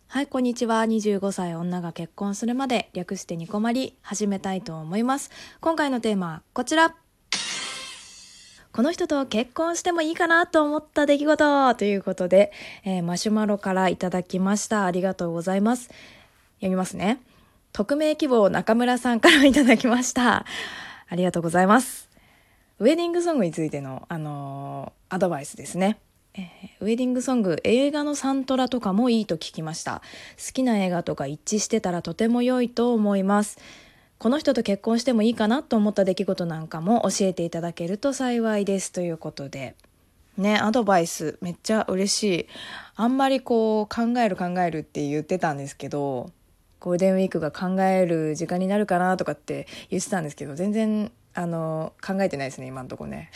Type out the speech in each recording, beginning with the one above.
はい、こんにちは。25歳女が結婚するまで、略してニコマリ、始めたいと思います。今回のテーマはこちら。この人と結婚してもいいかなと思った出来事ということで、マシュマロからいただきました。ありがとうございます。読みますね。匿名希望中村さんからいただきました。ありがとうございます。ウェディングソングについての、アドバイスですね。ウェディングソング、映画のサントラとかもいいと聞きました。好きな映画とか一致してたらとても良いと思います。この人と結婚してもいいかなと思った出来事なんかも教えていただけると幸いですということでね、アドバイスめっちゃ嬉しい。あんまりこう考えるって言ってたんですけど、ゴールデンウィークが考える時間になるかなとかって言ってたんですけど、全然考えてないですね、今んとこね。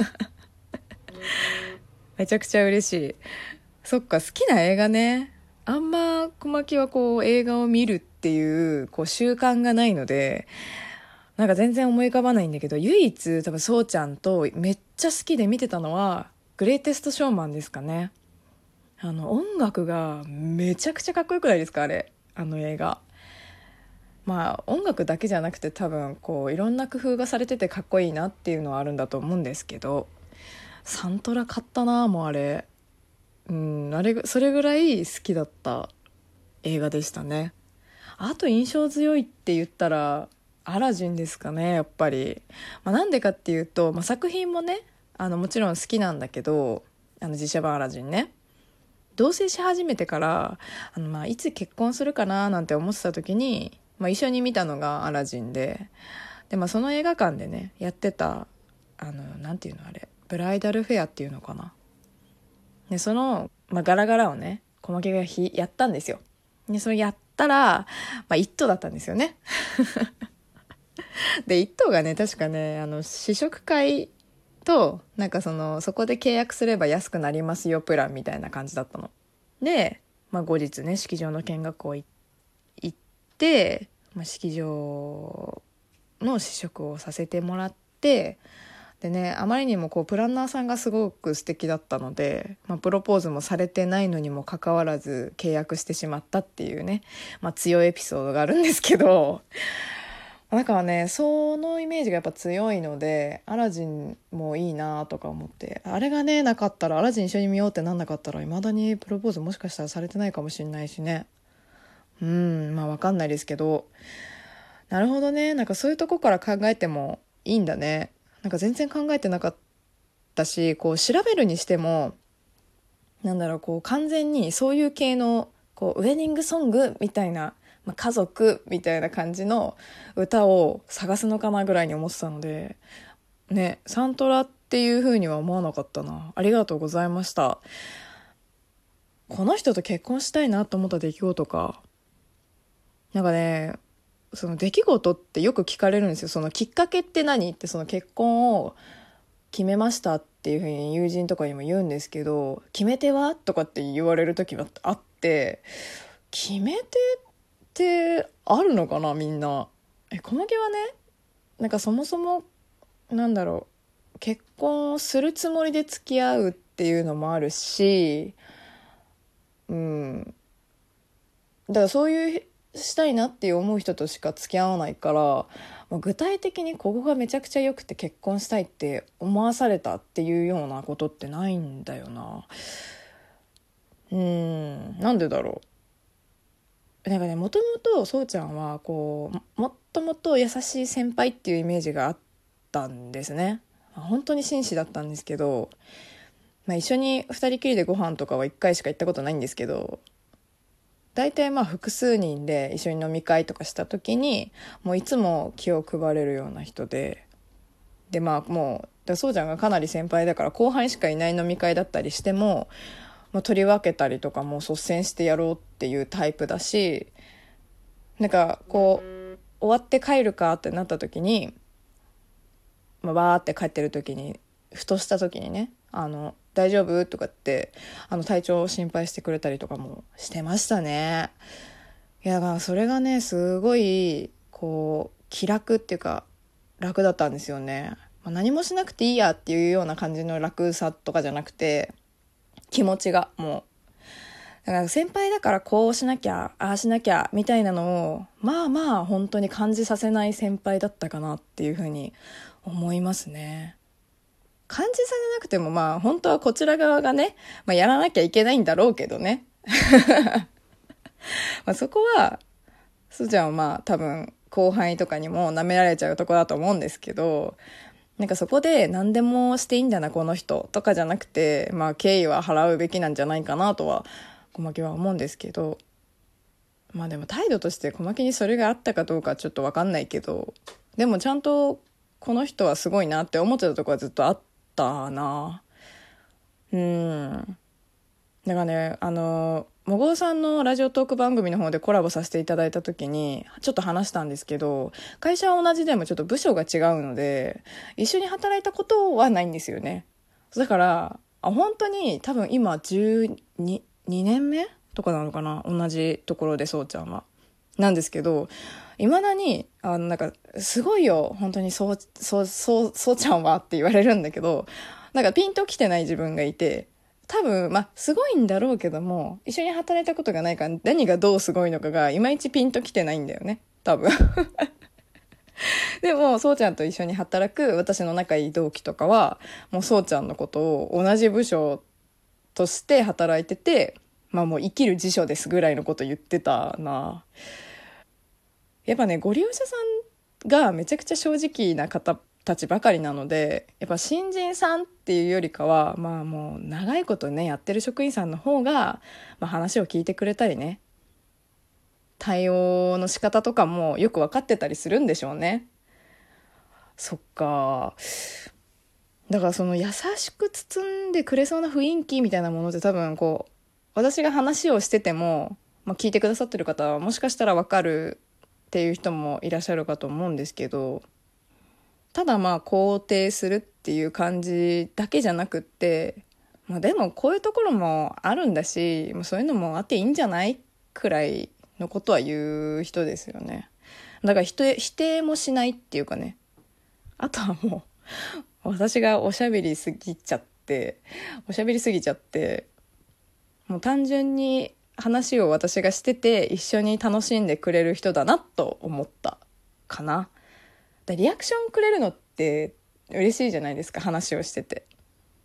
めちゃくちゃ嬉しい。そっか、好きな映画ね。あんま小牧はこう映画を見るっていうこう習慣がないので、なんか全然思い浮かばないんだけど、唯一多分そうちゃんとめっちゃ好きで見てたのはグレイテストショーマンですかね。音楽がめちゃくちゃかっこよくないですか、あれ、あの映画。まあ音楽だけじゃなくて多分こういろんな工夫がされててかっこいいなっていうのはあるんだと思うんですけど、サントラ買ったな、もうあれ。あれ、それぐらい好きだった映画でしたね。あと印象強いって言ったらアラジンですかね、やっぱり。なんでかっていうと、作品もね、もちろん好きなんだけど、実写版アラジンね、同棲し始めてからいつ結婚するかななんて思ってた時に、一緒に見たのがアラジンで、その映画館でねやってたなんていうのあれ、ブライダルフェアっていうのかな。でその、ガラガラをね小牧がやったんですよ。でそれやったら、一等だったんですよね。で一等がね、確かね試食会となんかそこで契約すれば安くなりますよプランみたいな感じだったので、後日ね式場の見学を行って、式場の試食をさせてもらって、でね、あまりにもこうプランナーさんがすごく素敵だったので、プロポーズもされてないのにもかかわらず契約してしまったっていうね、強いエピソードがあるんですけど、だからね、そのイメージがやっぱ強いので、アラジンもいいなとか思って、あれがねなかったら、アラジン一緒に見ようってなんなかったら、未だにプロポーズもしかしたらされてないかもしれないしね。わかんないですけど、なるほどね。なんかそういうとこから考えてもいいんだね。なんか全然考えてなかったし、こう調べるにしても、こう完全にそういう系のこうウェディングソングみたいな、家族みたいな感じの歌を探すのかなぐらいに思ってたので、ね、サントラっていう風には思わなかったな。ありがとうございました。この人と結婚したいなと思った出来事か。なんかね、その出来事ってよく聞かれるんですよ。そのきっかけって何って、その結婚を決めましたっていうふうに友人とかにも言うんですけど、決め手はとかって言われる時もあって、決め手ってあるのかな、みんな。小麦はね、なんかそもそも結婚するつもりで付き合うっていうのもあるし、だからそういうしたいなって思う人としか付き合わないから、具体的にここがめちゃくちゃ良くて結婚したいって思わされたっていうようなことってないんだよな。なんでだろう。なんかね、もともとそうちゃんはこうもっともっと優しい先輩っていうイメージがあったんですね。本当に紳士だったんですけど、一緒に二人きりでご飯とかは1回しか行ったことないんですけど、大体複数人で一緒に飲み会とかした時にもういつも気を配れるような人でもうそうちゃんがかなり先輩だから、後輩しかいない飲み会だったりしても、取り分けたりとかも率先してやろうっていうタイプだし、なんかこう終わって帰るかってなった時に、バーって帰ってる時にふとした時にね、大丈夫とかって体調を心配してくれたりとかもしてましたね。いや、それがねすごいこう気楽っていうか楽だったんですよね。何もしなくていいやっていうような感じの楽さとかじゃなくて、気持ちがもだから先輩だからこうしなきゃああしなきゃみたいなのをまあまあ本当に感じさせない先輩だったかなっていうふうに思いますね。感じさせなくてもまあ本当はこちら側がね、やらなきゃいけないんだろうけどね。そこはすーちゃんは多分後輩とかにも舐められちゃうとこだと思うんですけど、なんかそこで何でもしていいんだなこの人とかじゃなくて、敬意は払うべきなんじゃないかなとは小牧は思うんですけど、でも態度として小牧にそれがあったかどうかちょっと分かんないけど、でもちゃんとこの人はすごいなって思ってたとこはずっとあったな。だからね、もごうさんのラジオトーク番組の方でコラボさせていただいた時にちょっと話したんですけど、会社は同じでもちょっと部署が違うので一緒に働いたことはないんですよね。だから本当に多分今12年目とかなのかな、同じところでそうちゃんはなんですけど、いまだになんかすごいよ本当にそうちゃんはって言われるんだけど、なんかピンときてない自分がいて、多分すごいんだろうけども一緒に働いたことがないから何がどうすごいのかがいまいちピンときてないんだよね多分。でもそうちゃんと一緒に働く私の仲いい同期とかはもうそうちゃんのことを同じ部署として働いてて、もう生きる辞書ですぐらいのこと言ってたな。やっぱね、ご利用者さんがめちゃくちゃ正直な方たちばかりなので、やっぱ新人さんっていうよりかはもう長いことねやってる職員さんの方が、話を聞いてくれたりね、対応の仕方とかもよく分かってたりするんでしょうね。そっか。だからその優しく包んでくれそうな雰囲気みたいなものって多分私が話をしてても、聞いてくださってる方はもしかしたら分かるっていう人もいらっしゃるかと思うんですけど、ただ肯定するっていう感じだけじゃなくって、でもこういうところもあるんだし、そういうのもあっていいんじゃないくらいのことは言う人ですよね。だから否定もしないっていうかね。あとはもう私がおしゃべりすぎちゃってもう単純に話を私がしてて一緒に楽しんでくれる人だなと思ったかな。リアクションくれるのって嬉しいじゃないですか、話をしてて。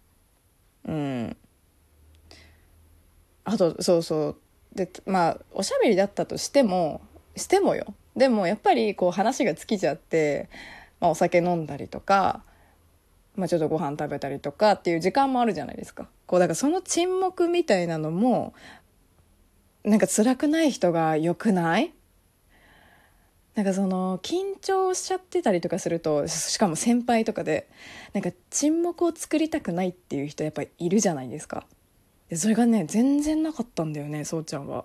あとそうで、おしゃべりだったとしてもよ、でもやっぱり話が尽きちゃって、お酒飲んだりとか、ちょっとご飯食べたりとかっていう時間もあるじゃないですか。だからその沈黙みたいなのもなんか辛くない人が良くない？なんかその緊張しちゃってたりとかすると、しかも先輩とかでなんか沈黙を作りたくないっていう人やっぱりいるじゃないですか。でそれがね全然なかったんだよね、そうちゃんは。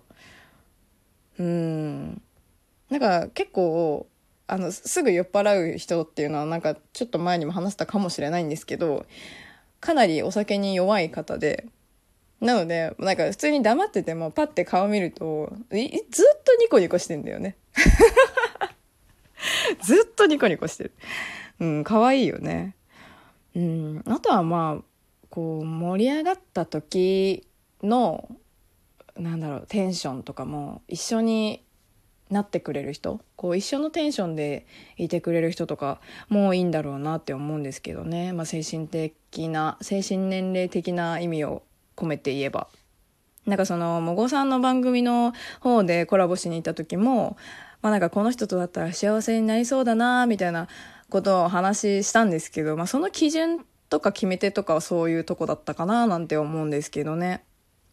なんか結構すぐ酔っ払う人っていうのはなんかちょっと前にも話したかもしれないんですけど、かなりお酒に弱い方で、なのでなんか普通に黙っててもパッて顔見るとずっとニコニコしてんだよね。ずっとニコニコしてる。可愛いよね。あとは盛り上がった時のテンションとかも一緒になってくれる人、一緒のテンションでいてくれる人とかもういいんだろうなって思うんですけどね。精神年齢的な意味を込めて言えば、なんかそのもごさんの番組の方でコラボしに行った時も、なんかこの人とだったら幸せになりそうだなみたいなことを話したんですけど、その基準とか決め手とかはそういうとこだったかななんて思うんですけどね。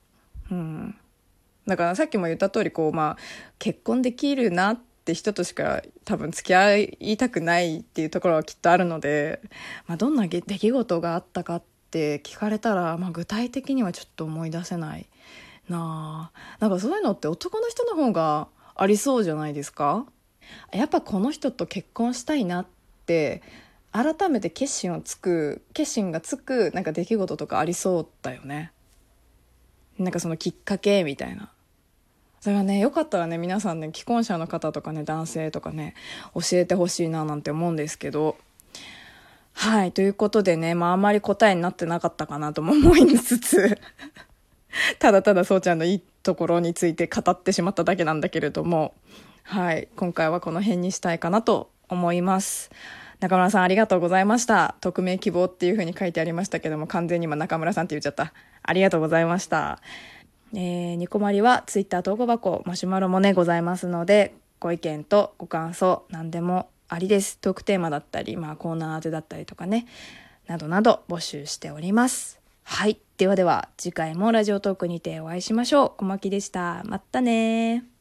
だからさっきも言った通り結婚できるなって人としか多分付き合いたくないっていうところはきっとあるので、どんな出来事があったかって聞かれたら、具体的にはちょっと思い出せないなあ。なんかそういうのって男の人の方がありそうじゃないですか。やっぱこの人と結婚したいなって改めて決心がつくなんか出来事とかありそうだよね。なんかそのきっかけみたいな。それはね、よかったらね皆さんね、既婚者の方とかね、男性とかね教えてほしいななんて思うんですけど。はい、ということでね、あんまり答えになってなかったかなとも思いつつただただそうちゃんのいいところについて語ってしまっただけなんだけれども、はい、今回はこの辺にしたいかなと思います。中村さんありがとうございました。匿名希望っていう風に書いてありましたけども、完全に今中村さんって言っちゃった。ありがとうございました。ニコマリはツイッター投稿箱マシュマロもねございますので、ご意見とご感想何でもありです。トークテーマだったり、コーナー当てだったりとかね、などなど募集しております。はい、ではでは次回もラジオトークにてお会いしましょう。小牧でした。またね。